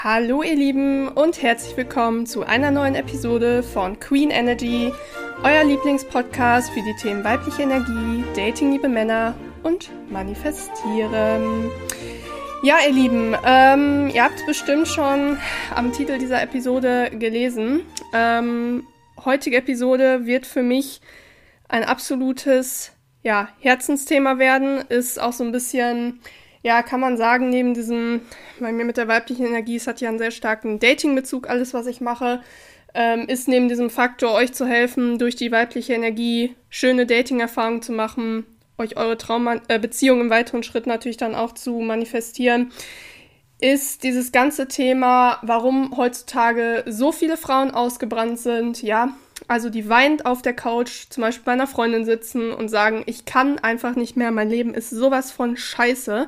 Hallo ihr Lieben und herzlich willkommen zu einer neuen Episode von Queen Energy, euer Lieblingspodcast für die Themen weibliche Energie, Dating, liebe Männer und Manifestieren. Ja, ihr Lieben, ihr habt bestimmt schon am Titel dieser Episode gelesen. Heutige Episode wird für mich ein absolutes Herzensthema werden, ist auch so ein bisschen... Ja, kann man sagen, neben diesem, bei mir mit der weiblichen Energie, es hat ja einen sehr starken Dating-Bezug, alles, was ich mache, ist neben diesem Faktor, euch zu helfen, durch die weibliche Energie schöne Dating-Erfahrungen zu machen, euch eure Traumbeziehung im weiteren Schritt natürlich dann auch zu manifestieren, ist dieses ganze Thema, warum heutzutage so viele Frauen ausgebrannt sind, ja, also die weinend auf der Couch zum Beispiel bei einer Freundin sitzen und sagen, ich kann einfach nicht mehr, mein Leben ist sowas von scheiße.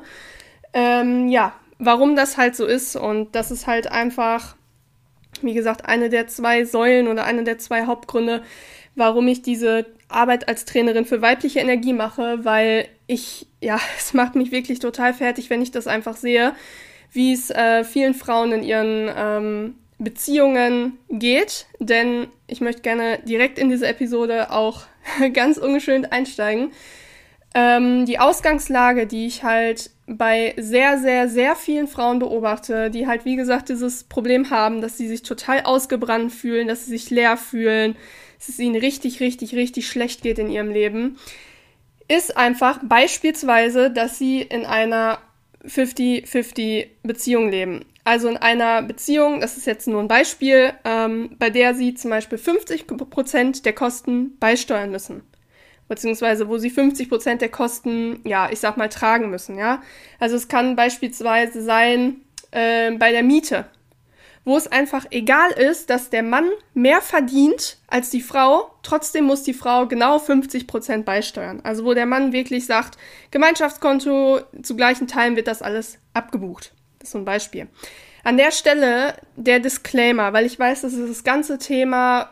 Warum das halt so ist, und das ist halt einfach, wie gesagt, eine der zwei Säulen oder eine der zwei Hauptgründe, warum ich diese Arbeit als Trainerin für weibliche Energie mache, weil es macht mich wirklich total fertig, wenn ich das einfach sehe, wie es vielen Frauen in ihren Beziehungen geht, denn ich möchte gerne direkt in diese Episode auch ganz ungeschönt einsteigen. Die Ausgangslage, die ich halt bei sehr, sehr, sehr vielen Frauen beobachte, die halt, wie gesagt, dieses Problem haben, dass sie sich total ausgebrannt fühlen, dass sie sich leer fühlen, dass es ihnen richtig, richtig, richtig schlecht geht in ihrem Leben, ist einfach beispielsweise, dass sie in einer 50-50 Beziehung leben. Also in einer Beziehung, das ist jetzt nur ein Beispiel, bei der sie zum Beispiel 50% der Kosten beisteuern müssen. Beziehungsweise wo sie 50% der Kosten, tragen müssen, ja. Also es kann beispielsweise sein, bei der Miete, wo es einfach egal ist, dass der Mann mehr verdient als die Frau, trotzdem muss die Frau genau 50% beisteuern. Also wo der Mann wirklich sagt, Gemeinschaftskonto, zu gleichen Teilen wird das alles abgebucht. Das ist so ein Beispiel. An der Stelle der Disclaimer, weil ich weiß, das ist das ganze Thema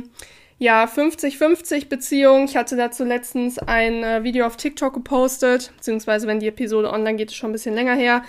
50-50 Beziehung. Ich hatte dazu letztens ein Video auf TikTok gepostet, beziehungsweise wenn die Episode online geht, ist schon ein bisschen länger her.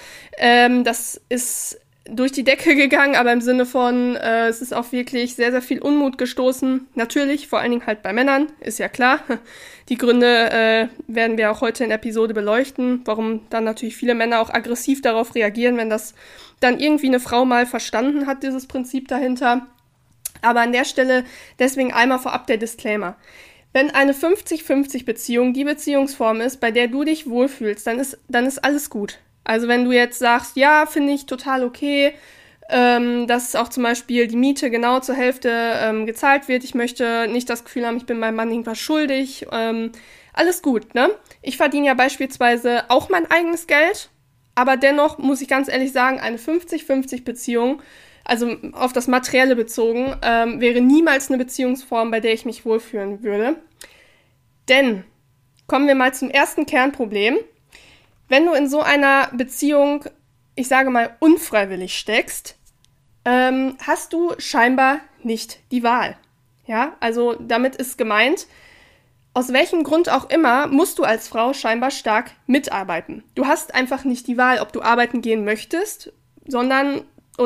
Das ist durch die Decke gegangen, aber im Sinne von, es ist auch wirklich sehr, sehr viel Unmut gestoßen. Natürlich, vor allen Dingen halt bei Männern, ist ja klar. Die Gründe werden wir auch heute in der Episode beleuchten, warum dann natürlich viele Männer auch aggressiv darauf reagieren, wenn das dann irgendwie eine Frau mal verstanden hat, dieses Prinzip dahinter. Aber an der Stelle deswegen einmal vorab der Disclaimer. Wenn eine 50-50 Beziehung die Beziehungsform ist, bei der du dich wohlfühlst, dann ist alles gut. Also wenn du jetzt sagst, ja, finde ich total okay, dass auch zum Beispiel die Miete genau zur Hälfte gezahlt wird. Ich möchte nicht das Gefühl haben, ich bin meinem Mann irgendwas schuldig. Alles gut, ne? Ich verdiene ja beispielsweise auch mein eigenes Geld, aber dennoch muss ich ganz ehrlich sagen, eine 50-50 Beziehung, also auf das Materielle bezogen, wäre niemals eine Beziehungsform, bei der ich mich wohlfühlen würde. Denn, kommen wir mal zum ersten Kernproblem. Wenn du in so einer Beziehung, ich sage mal, unfreiwillig steckst, hast du scheinbar nicht die Wahl. Ja, also damit ist gemeint, aus welchem Grund auch immer musst du als Frau scheinbar stark mitarbeiten. Du hast einfach nicht die Wahl, ob du arbeiten gehen möchtest, sondern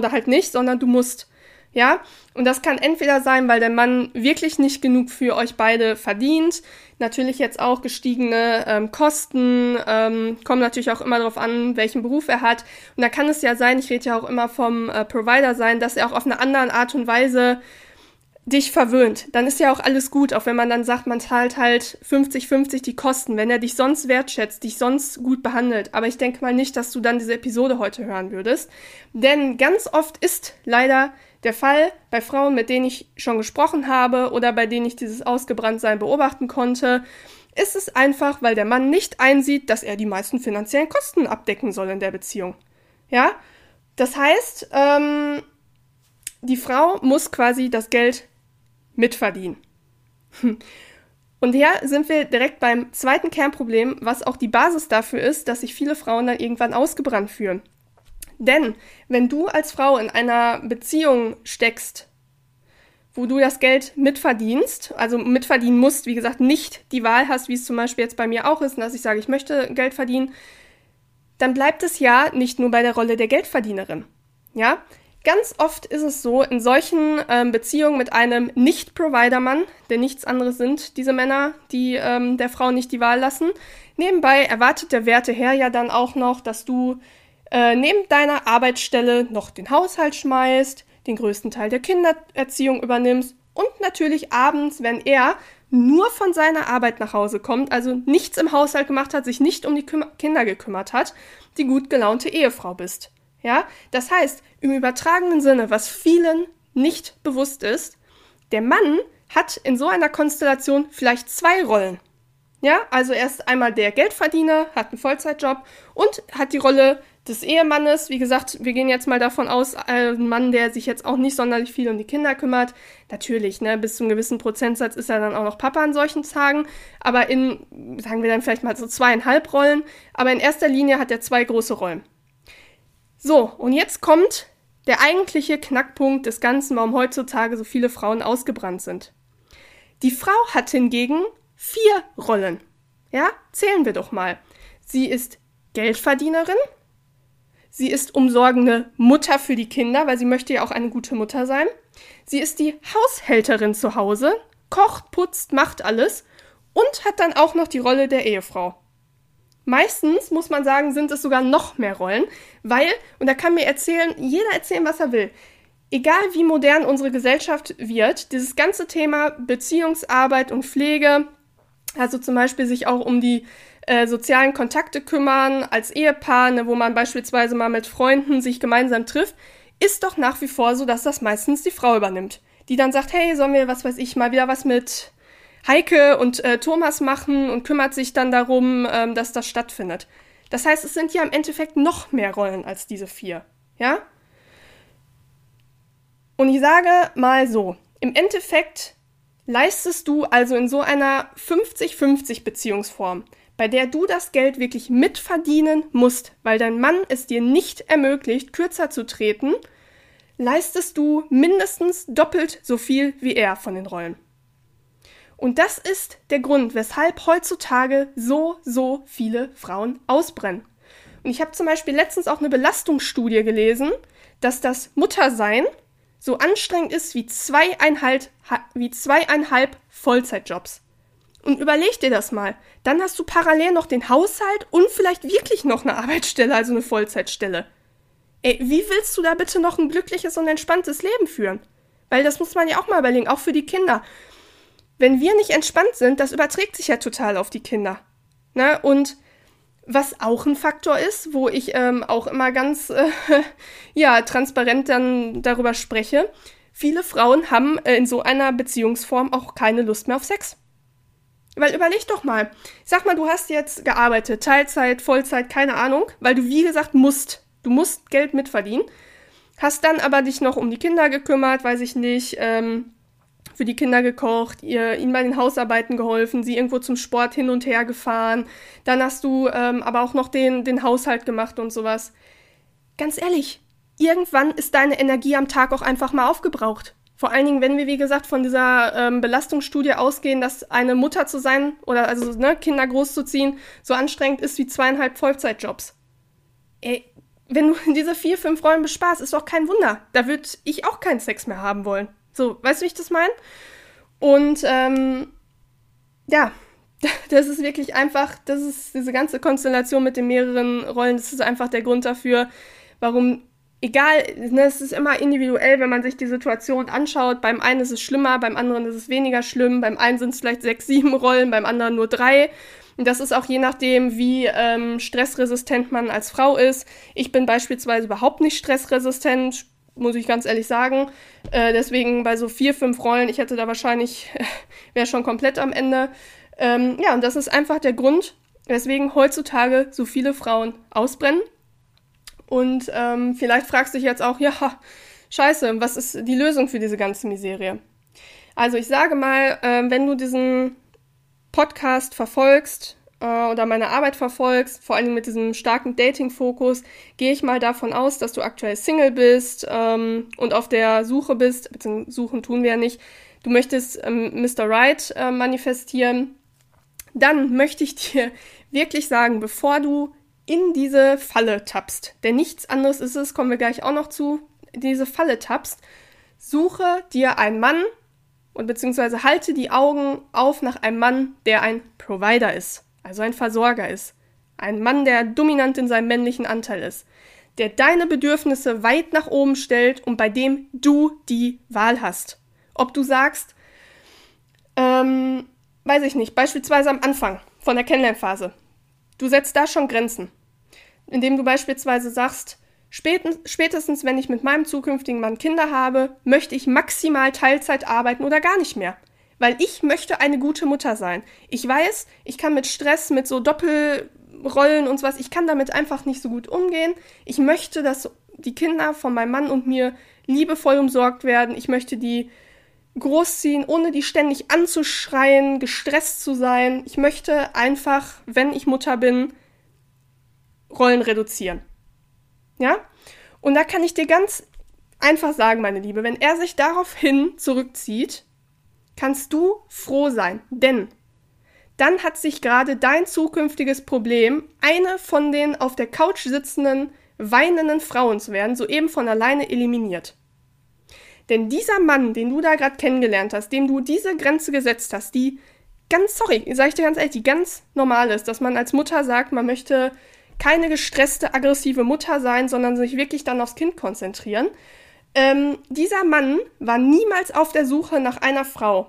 du musst. Ja, und das kann entweder sein, weil der Mann wirklich nicht genug für euch beide verdient. Natürlich jetzt auch gestiegene Kosten, kommen natürlich auch immer darauf an, welchen Beruf er hat. Und da kann es ja sein, ich rede ja auch immer vom Provider sein, dass er auch auf eine andere Art und Weise dich verwöhnt. Dann ist ja auch alles gut, auch wenn man dann sagt, man zahlt halt 50-50 die Kosten, wenn er dich sonst wertschätzt, dich sonst gut behandelt. Aber ich denke mal nicht, dass du dann diese Episode heute hören würdest. Denn ganz oft ist leider der Fall bei Frauen, mit denen ich schon gesprochen habe oder bei denen ich dieses Ausgebranntsein beobachten konnte, ist es einfach, weil der Mann nicht einsieht, dass er die meisten finanziellen Kosten abdecken soll in der Beziehung. Ja, das heißt, die Frau muss quasi das Geld mitverdienen. Und hier sind wir direkt beim zweiten Kernproblem, was auch die Basis dafür ist, dass sich viele Frauen dann irgendwann ausgebrannt fühlen. Denn wenn du als Frau in einer Beziehung steckst, wo du das Geld mitverdienst, also mitverdienen musst, wie gesagt, nicht die Wahl hast, wie es zum Beispiel jetzt bei mir auch ist, dass ich sage, ich möchte Geld verdienen, dann bleibt es ja nicht nur bei der Rolle der Geldverdienerin. Ja, Ganz oft ist es so, in solchen Beziehungen mit einem Nicht-Provider-Mann, der nichts anderes sind, diese Männer, die der Frau nicht die Wahl lassen. Nebenbei erwartet der werte Herr ja dann auch noch, dass du neben deiner Arbeitsstelle noch den Haushalt schmeißt, den größten Teil der Kindererziehung übernimmst und natürlich abends, wenn er nur von seiner Arbeit nach Hause kommt, also nichts im Haushalt gemacht hat, sich nicht um die Kinder gekümmert hat, die gut gelaunte Ehefrau bist. Ja, das heißt, im übertragenen Sinne, was vielen nicht bewusst ist, der Mann hat in so einer Konstellation vielleicht 2 Rollen. Ja, also er ist einmal der Geldverdiener, hat einen Vollzeitjob und hat die Rolle des Ehemannes. Wie gesagt, wir gehen jetzt mal davon aus, ein Mann, der sich jetzt auch nicht sonderlich viel um die Kinder kümmert. Natürlich, ne, bis zu einem gewissen Prozentsatz ist er dann auch noch Papa an solchen Tagen. Aber sagen wir dann vielleicht mal so 2,5 Rollen. Aber in erster Linie hat er 2 große Rollen. So, und jetzt kommt der eigentliche Knackpunkt des Ganzen, warum heutzutage so viele Frauen ausgebrannt sind. Die Frau hat hingegen 4 Rollen. Ja, zählen wir doch mal. Sie ist Geldverdienerin, sie ist umsorgende Mutter für die Kinder, weil sie möchte ja auch eine gute Mutter sein. Sie ist die Haushälterin zu Hause, kocht, putzt, macht alles und hat dann auch noch die Rolle der Ehefrau. Meistens, muss man sagen, sind es sogar noch mehr Rollen, weil, und da kann mir jeder erzählen, was er will, egal wie modern unsere Gesellschaft wird, dieses ganze Thema Beziehungsarbeit und Pflege, also zum Beispiel sich auch um die sozialen Kontakte kümmern als Ehepaar, ne, wo man beispielsweise mal mit Freunden sich gemeinsam trifft, ist doch nach wie vor so, dass das meistens die Frau übernimmt, die dann sagt, hey, sollen wir, was weiß ich, mal wieder was mit Heike und Thomas machen und kümmert sich dann darum, dass das stattfindet. Das heißt, es sind ja im Endeffekt noch mehr Rollen als diese 4, ja? Und ich sage mal so, im Endeffekt leistest du also in so einer 50-50 Beziehungsform, bei der du das Geld wirklich mitverdienen musst, weil dein Mann es dir nicht ermöglicht, kürzer zu treten, leistest du mindestens doppelt so viel wie er von den Rollen. Und das ist der Grund, weshalb heutzutage so viele Frauen ausbrennen. Und ich habe zum Beispiel letztens auch eine Belastungsstudie gelesen, dass das Muttersein so anstrengend ist wie 2,5 Vollzeitjobs. Und überleg dir das mal. Dann hast du parallel noch den Haushalt und vielleicht wirklich noch eine Arbeitsstelle, also eine Vollzeitstelle. Ey, wie willst du da bitte noch ein glückliches und entspanntes Leben führen? Weil das muss man ja auch mal überlegen, auch für die Kinder. Wenn wir nicht entspannt sind, das überträgt sich ja total auf die Kinder. Ne? Und was auch ein Faktor ist, wo ich auch immer ganz transparent dann darüber spreche, viele Frauen haben in so einer Beziehungsform auch keine Lust mehr auf Sex. Weil überleg doch mal, ich sag mal, du hast jetzt gearbeitet, Teilzeit, Vollzeit, keine Ahnung, weil du wie gesagt du musst Geld mitverdienen, hast dann aber dich noch um die Kinder gekümmert, weiß ich nicht, für die Kinder gekocht, ihnen bei den Hausarbeiten geholfen, sie irgendwo zum Sport hin und her gefahren, dann hast du aber auch noch den Haushalt gemacht und sowas. Ganz ehrlich, irgendwann ist deine Energie am Tag auch einfach mal aufgebraucht. Vor allen Dingen, wenn wir, wie gesagt, von dieser Belastungsstudie ausgehen, dass eine Mutter zu sein oder also Kinder großzuziehen so anstrengend ist wie 2,5 Vollzeitjobs. Ey, wenn du diese 4, 5 Rollen besparst, ist doch kein Wunder. Da würde ich auch keinen Sex mehr haben wollen. So, weißt du, wie ich das meine? Und das ist wirklich einfach, das ist diese ganze Konstellation mit den mehreren Rollen, das ist einfach der Grund dafür, warum, egal, es ist immer individuell, wenn man sich die Situation anschaut, beim einen ist es schlimmer, beim anderen ist es weniger schlimm, beim einen sind es vielleicht 6, 7 Rollen, beim anderen nur 3. Und das ist auch je nachdem, wie stressresistent man als Frau ist. Ich bin beispielsweise überhaupt nicht stressresistent, muss ich ganz ehrlich sagen. Deswegen bei so 4, 5 Rollen, ich hätte da wahrscheinlich, wäre schon komplett am Ende. Und das ist einfach der Grund, weswegen heutzutage so viele Frauen ausbrennen. Und vielleicht fragst du dich jetzt auch, ja, scheiße, was ist die Lösung für diese ganze Miserie? Also ich sage mal, wenn du diesen Podcast verfolgst oder meine Arbeit verfolgst, vor allem mit diesem starken Dating-Fokus, gehe ich mal davon aus, dass du aktuell Single bist und auf der Suche bist, beziehungsweise suchen tun wir ja nicht, du möchtest Mr. Right manifestieren, dann möchte ich dir wirklich sagen, bevor du in diese Falle tappst, denn nichts anderes ist es, kommen wir gleich auch noch zu, diese Falle tappst, suche dir einen Mann und beziehungsweise halte die Augen auf nach einem Mann, der ein Provider ist, also ein Versorger ist. Ein Mann, der dominant in seinem männlichen Anteil ist, der deine Bedürfnisse weit nach oben stellt und bei dem du die Wahl hast. Ob du sagst, weiß ich nicht, beispielsweise am Anfang von der Kennenlernphase, du setzt da schon Grenzen, indem du beispielsweise sagst, spätestens wenn ich mit meinem zukünftigen Mann Kinder habe, möchte ich maximal Teilzeit arbeiten oder gar nicht mehr. Weil ich möchte eine gute Mutter sein. Ich weiß, ich kann mit Stress, mit so Doppelrollen und sowas, ich kann damit einfach nicht so gut umgehen. Ich möchte, dass die Kinder von meinem Mann und mir liebevoll umsorgt werden. Ich möchte die großziehen, ohne die ständig anzuschreien, gestresst zu sein. Ich möchte einfach, wenn ich Mutter bin, Rollen reduzieren. Ja? Und da kann ich dir ganz einfach sagen, meine Liebe, wenn er sich daraufhin zurückzieht, kannst du froh sein, denn dann hat sich gerade dein zukünftiges Problem, eine von den auf der Couch sitzenden, weinenden Frauen zu werden, soeben von alleine eliminiert. Denn dieser Mann, den du da gerade kennengelernt hast, dem du diese Grenze gesetzt hast, die ganz, sorry, sag ich dir ganz ehrlich, die ganz normal ist, dass man als Mutter sagt, man möchte keine gestresste, aggressive Mutter sein, sondern sich wirklich dann aufs Kind konzentrieren. Dieser Mann war niemals auf der Suche nach einer Frau,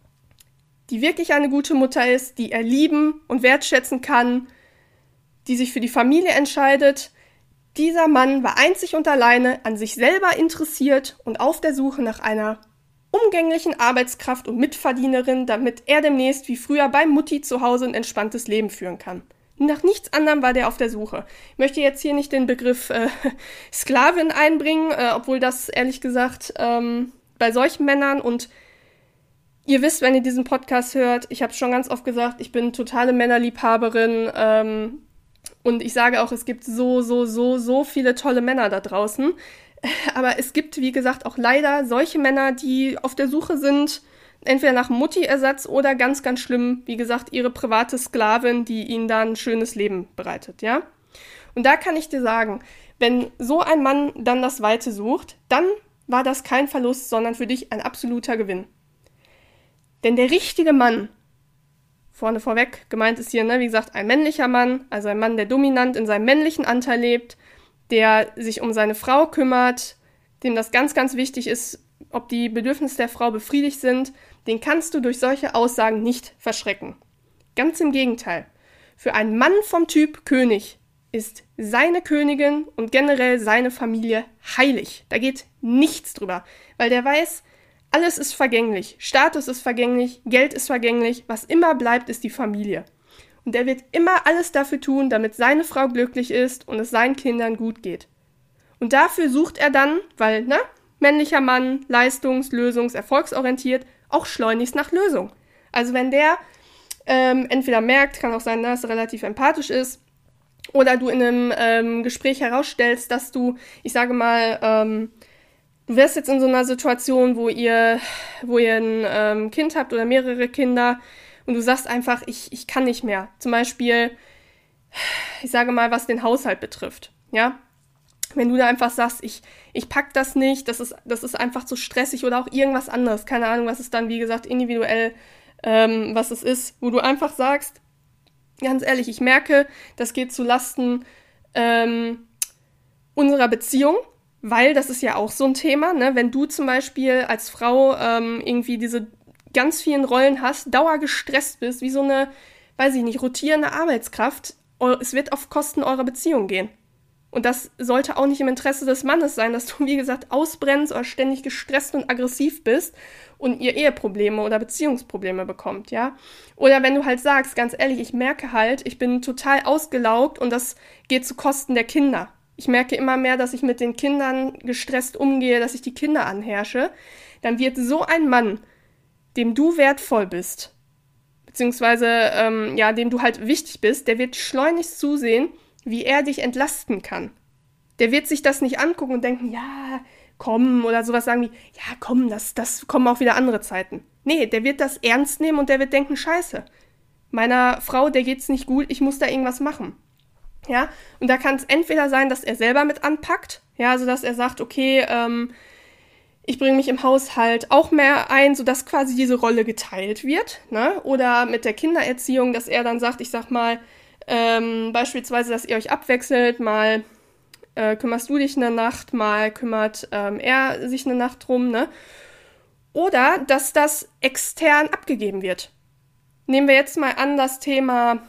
die wirklich eine gute Mutter ist, die er lieben und wertschätzen kann, die sich für die Familie entscheidet. Dieser Mann war einzig und alleine an sich selber interessiert und auf der Suche nach einer umgänglichen Arbeitskraft und Mitverdienerin, damit er demnächst wie früher bei Mutti zu Hause ein entspanntes Leben führen kann. Nach nichts anderem war der auf der Suche. Ich möchte jetzt hier nicht den Begriff Sklavin einbringen, obwohl das ehrlich gesagt bei solchen Männern, und ihr wisst, wenn ihr diesen Podcast hört, ich habe es schon ganz oft gesagt, ich bin totale Männerliebhaberin und ich sage auch, es gibt so viele tolle Männer da draußen. Aber es gibt, wie gesagt, auch leider solche Männer, die auf der Suche sind, entweder nach Mutti-Ersatz oder ganz, ganz schlimm, wie gesagt, ihre private Sklavin, die ihnen da ein schönes Leben bereitet, ja? Und da kann ich dir sagen, wenn so ein Mann dann das Weite sucht, dann war das kein Verlust, sondern für dich ein absoluter Gewinn. Denn der richtige Mann, vorne vorweg, gemeint ist hier, wie gesagt, ein männlicher Mann, also ein Mann, der dominant in seinem männlichen Anteil lebt, der sich um seine Frau kümmert, dem das ganz, ganz wichtig ist, ob die Bedürfnisse der Frau befriedigt sind, den kannst du durch solche Aussagen nicht verschrecken. Ganz im Gegenteil. Für einen Mann vom Typ König ist seine Königin und generell seine Familie heilig. Da geht nichts drüber, weil der weiß, alles ist vergänglich. Status ist vergänglich, Geld ist vergänglich. Was immer bleibt, ist die Familie. Und er wird immer alles dafür tun, damit seine Frau glücklich ist und es seinen Kindern gut geht. Und dafür sucht er dann, weil, männlicher Mann, leistungs-, lösungs-, erfolgsorientiert, auch schleunigst nach Lösung. Also wenn der entweder merkt, kann auch sein, dass er relativ empathisch ist, oder du in einem Gespräch herausstellst, dass du, ich sage mal, du wärst jetzt in so einer Situation, wo ihr ein Kind habt oder mehrere Kinder und du sagst einfach, ich kann nicht mehr. Zum Beispiel, ich sage mal, was den Haushalt betrifft, ja. Wenn du da einfach sagst, ich pack das nicht, das ist einfach zu stressig oder auch irgendwas anderes, keine Ahnung, was es dann, wie gesagt, individuell, was es ist, wo du einfach sagst, ganz ehrlich, ich merke, das geht zu Lasten unserer Beziehung, weil das ist ja auch so ein Thema, wenn du zum Beispiel als Frau irgendwie diese ganz vielen Rollen hast, dauergestresst bist, wie so eine, weiß ich nicht, rotierende Arbeitskraft, es wird auf Kosten eurer Beziehung gehen. Und das sollte auch nicht im Interesse des Mannes sein, dass du, wie gesagt, ausbrennst oder ständig gestresst und aggressiv bist und ihr Eheprobleme oder Beziehungsprobleme bekommt, ja. Oder wenn du halt sagst, ganz ehrlich, ich merke halt, ich bin total ausgelaugt und das geht zu Kosten der Kinder. Ich merke immer mehr, dass ich mit den Kindern gestresst umgehe, dass ich die Kinder anherrsche. Dann wird so ein Mann, dem du wertvoll bist, beziehungsweise, dem du halt wichtig bist, der wird schleunigst zusehen, wie er dich entlasten kann. Der wird sich das nicht angucken und denken, ja, komm, oder sowas sagen wie, ja, komm, das kommen auch wieder andere Zeiten. Nee, der wird das ernst nehmen und der wird denken, scheiße, meiner Frau, der geht's nicht gut, ich muss da irgendwas machen. Ja, und da kann es entweder sein, dass er selber mit anpackt, ja, also dass er sagt, okay, ich bringe mich im Haushalt auch mehr ein, sodass quasi diese Rolle geteilt wird, ne? Oder mit der Kindererziehung, dass er dann sagt, ich sag mal, beispielsweise, dass ihr euch abwechselt, mal kümmerst du dich eine Nacht, mal kümmert er sich eine Nacht drum, ne? Oder dass das extern abgegeben wird. Nehmen wir jetzt mal an das Thema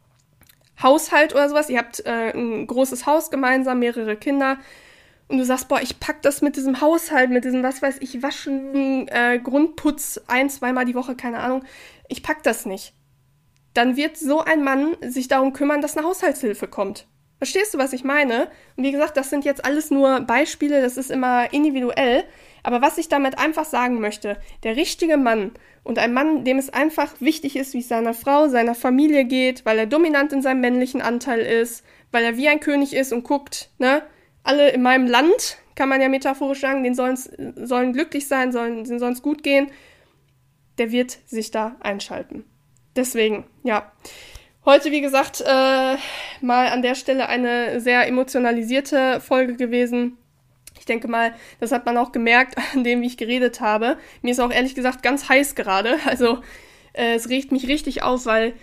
Haushalt oder sowas. Ihr habt ein großes Haus gemeinsam, mehrere Kinder und du sagst, boah, ich pack das mit diesem Haushalt, mit diesem, was weiß ich, Waschen, Grundputz 1-2 Mal die Woche, keine Ahnung, ich pack das nicht. Dann wird so ein Mann sich darum kümmern, dass eine Haushaltshilfe kommt. Verstehst du, was ich meine? Und wie gesagt, das sind jetzt alles nur Beispiele, das ist immer individuell. Aber was ich damit einfach sagen möchte, der richtige Mann und ein Mann, dem es einfach wichtig ist, wie es seiner Frau, seiner Familie geht, weil er dominant in seinem männlichen Anteil ist, weil er wie ein König ist und guckt, ne, alle in meinem Land, kann man ja metaphorisch sagen, denen sollen glücklich sein, denen sollen es gut gehen, der wird sich da einschalten. Deswegen, ja. Heute, wie gesagt, mal an der Stelle eine sehr emotionalisierte Folge gewesen. Ich denke mal, das hat man auch gemerkt an dem, wie ich geredet habe. Mir ist auch ehrlich gesagt ganz heiß gerade. Also es regt mich richtig auf, weil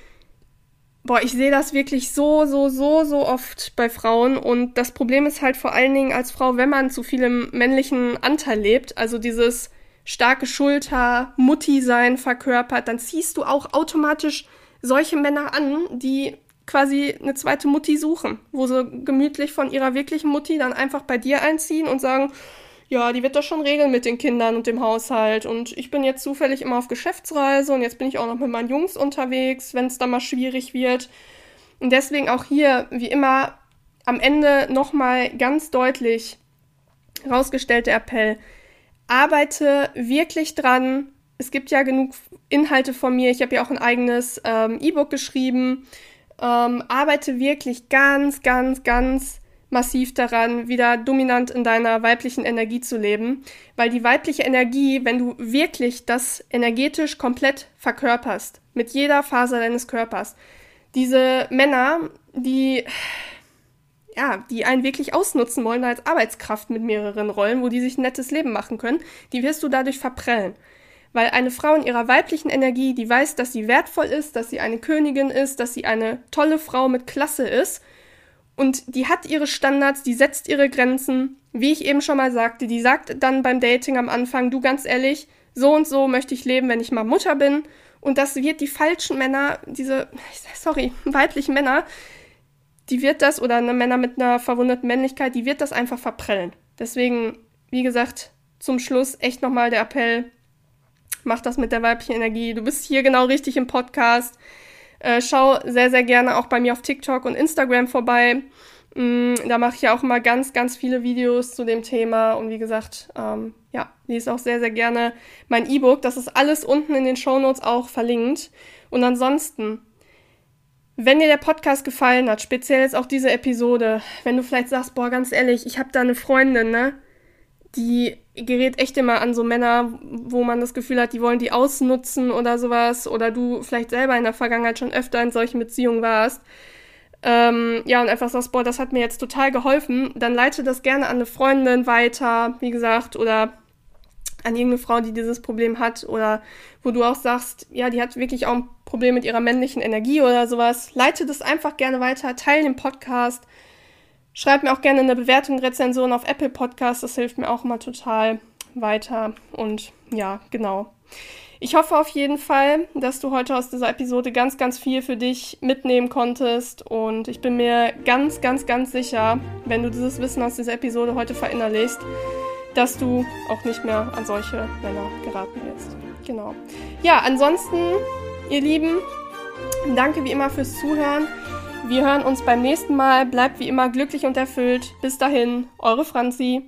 ich sehe das wirklich so oft bei Frauen. Und das Problem ist halt vor allen Dingen als Frau, wenn man zu viel im männlichen Anteil lebt, also dieses starke Schulter, Mutti-Sein verkörpert, dann ziehst du auch automatisch solche Männer an, die quasi eine zweite Mutti suchen, wo sie gemütlich von ihrer wirklichen Mutti dann einfach bei dir einziehen und sagen, ja, die wird das schon regeln mit den Kindern und dem Haushalt und ich bin jetzt zufällig immer auf Geschäftsreise und jetzt bin ich auch noch mit meinen Jungs unterwegs, wenn es dann mal schwierig wird. Und deswegen auch hier, wie immer, am Ende nochmal ganz deutlich rausgestellter Appell, arbeite wirklich dran. Es gibt ja genug Inhalte von mir. Ich habe ja auch ein eigenes E-Book geschrieben. Arbeite wirklich ganz massiv daran, wieder dominant in deiner weiblichen Energie zu leben. Weil die weibliche Energie, wenn du wirklich das energetisch komplett verkörperst, mit jeder Faser deines Körpers, diese Männer, die einen wirklich ausnutzen wollen als Arbeitskraft mit mehreren Rollen, wo die sich ein nettes Leben machen können, die wirst du dadurch verprellen. Weil eine Frau in ihrer weiblichen Energie, die weiß, dass sie wertvoll ist, dass sie eine Königin ist, dass sie eine tolle Frau mit Klasse ist und die hat ihre Standards, die setzt ihre Grenzen, wie ich eben schon mal sagte, die sagt dann beim Dating am Anfang, du ganz ehrlich, so und so möchte ich leben, wenn ich mal Mutter bin und das wird die falschen Männer, weiblichen Männer, die wird das, oder eine Männer mit einer verwundeten Männlichkeit, die wird das einfach verprellen. Deswegen, wie gesagt, zum Schluss echt nochmal der Appell, mach das mit der weiblichen Energie. Du bist hier genau richtig im Podcast. Schau sehr gerne auch bei mir auf TikTok und Instagram vorbei. Da mache ich ja auch immer ganz viele Videos zu dem Thema. Und wie gesagt, lese auch sehr gerne mein E-Book. Das ist alles unten in den Shownotes auch verlinkt. Und ansonsten, wenn dir der Podcast gefallen hat, speziell jetzt auch diese Episode, wenn du vielleicht sagst, ganz ehrlich, ich habe da eine Freundin, ne? Die gerät echt immer an so Männer, wo man das Gefühl hat, die wollen die ausnutzen oder sowas. Oder du vielleicht selber in der Vergangenheit schon öfter in solchen Beziehungen warst. Und einfach sagst, das hat mir jetzt total geholfen. Dann leite das gerne an eine Freundin weiter, wie gesagt. Oder an irgendeine Frau, die dieses Problem hat. Oder wo du auch sagst, ja, die hat wirklich auch ein Problem mit ihrer männlichen Energie oder sowas. Leite das einfach gerne weiter, teile den Podcast. Schreib mir auch gerne eine Bewertung, Rezension auf Apple Podcasts, das hilft mir auch immer total weiter. Und ja, genau. Ich hoffe auf jeden Fall, dass du heute aus dieser Episode ganz viel für dich mitnehmen konntest. Und ich bin mir ganz sicher, wenn du dieses Wissen aus dieser Episode heute verinnerlichst, dass du auch nicht mehr an solche Männer geraten wirst. Genau. Ja, ansonsten, ihr Lieben, danke wie immer fürs Zuhören. Wir hören uns beim nächsten Mal. Bleibt wie immer glücklich und erfüllt. Bis dahin, eure Franzi.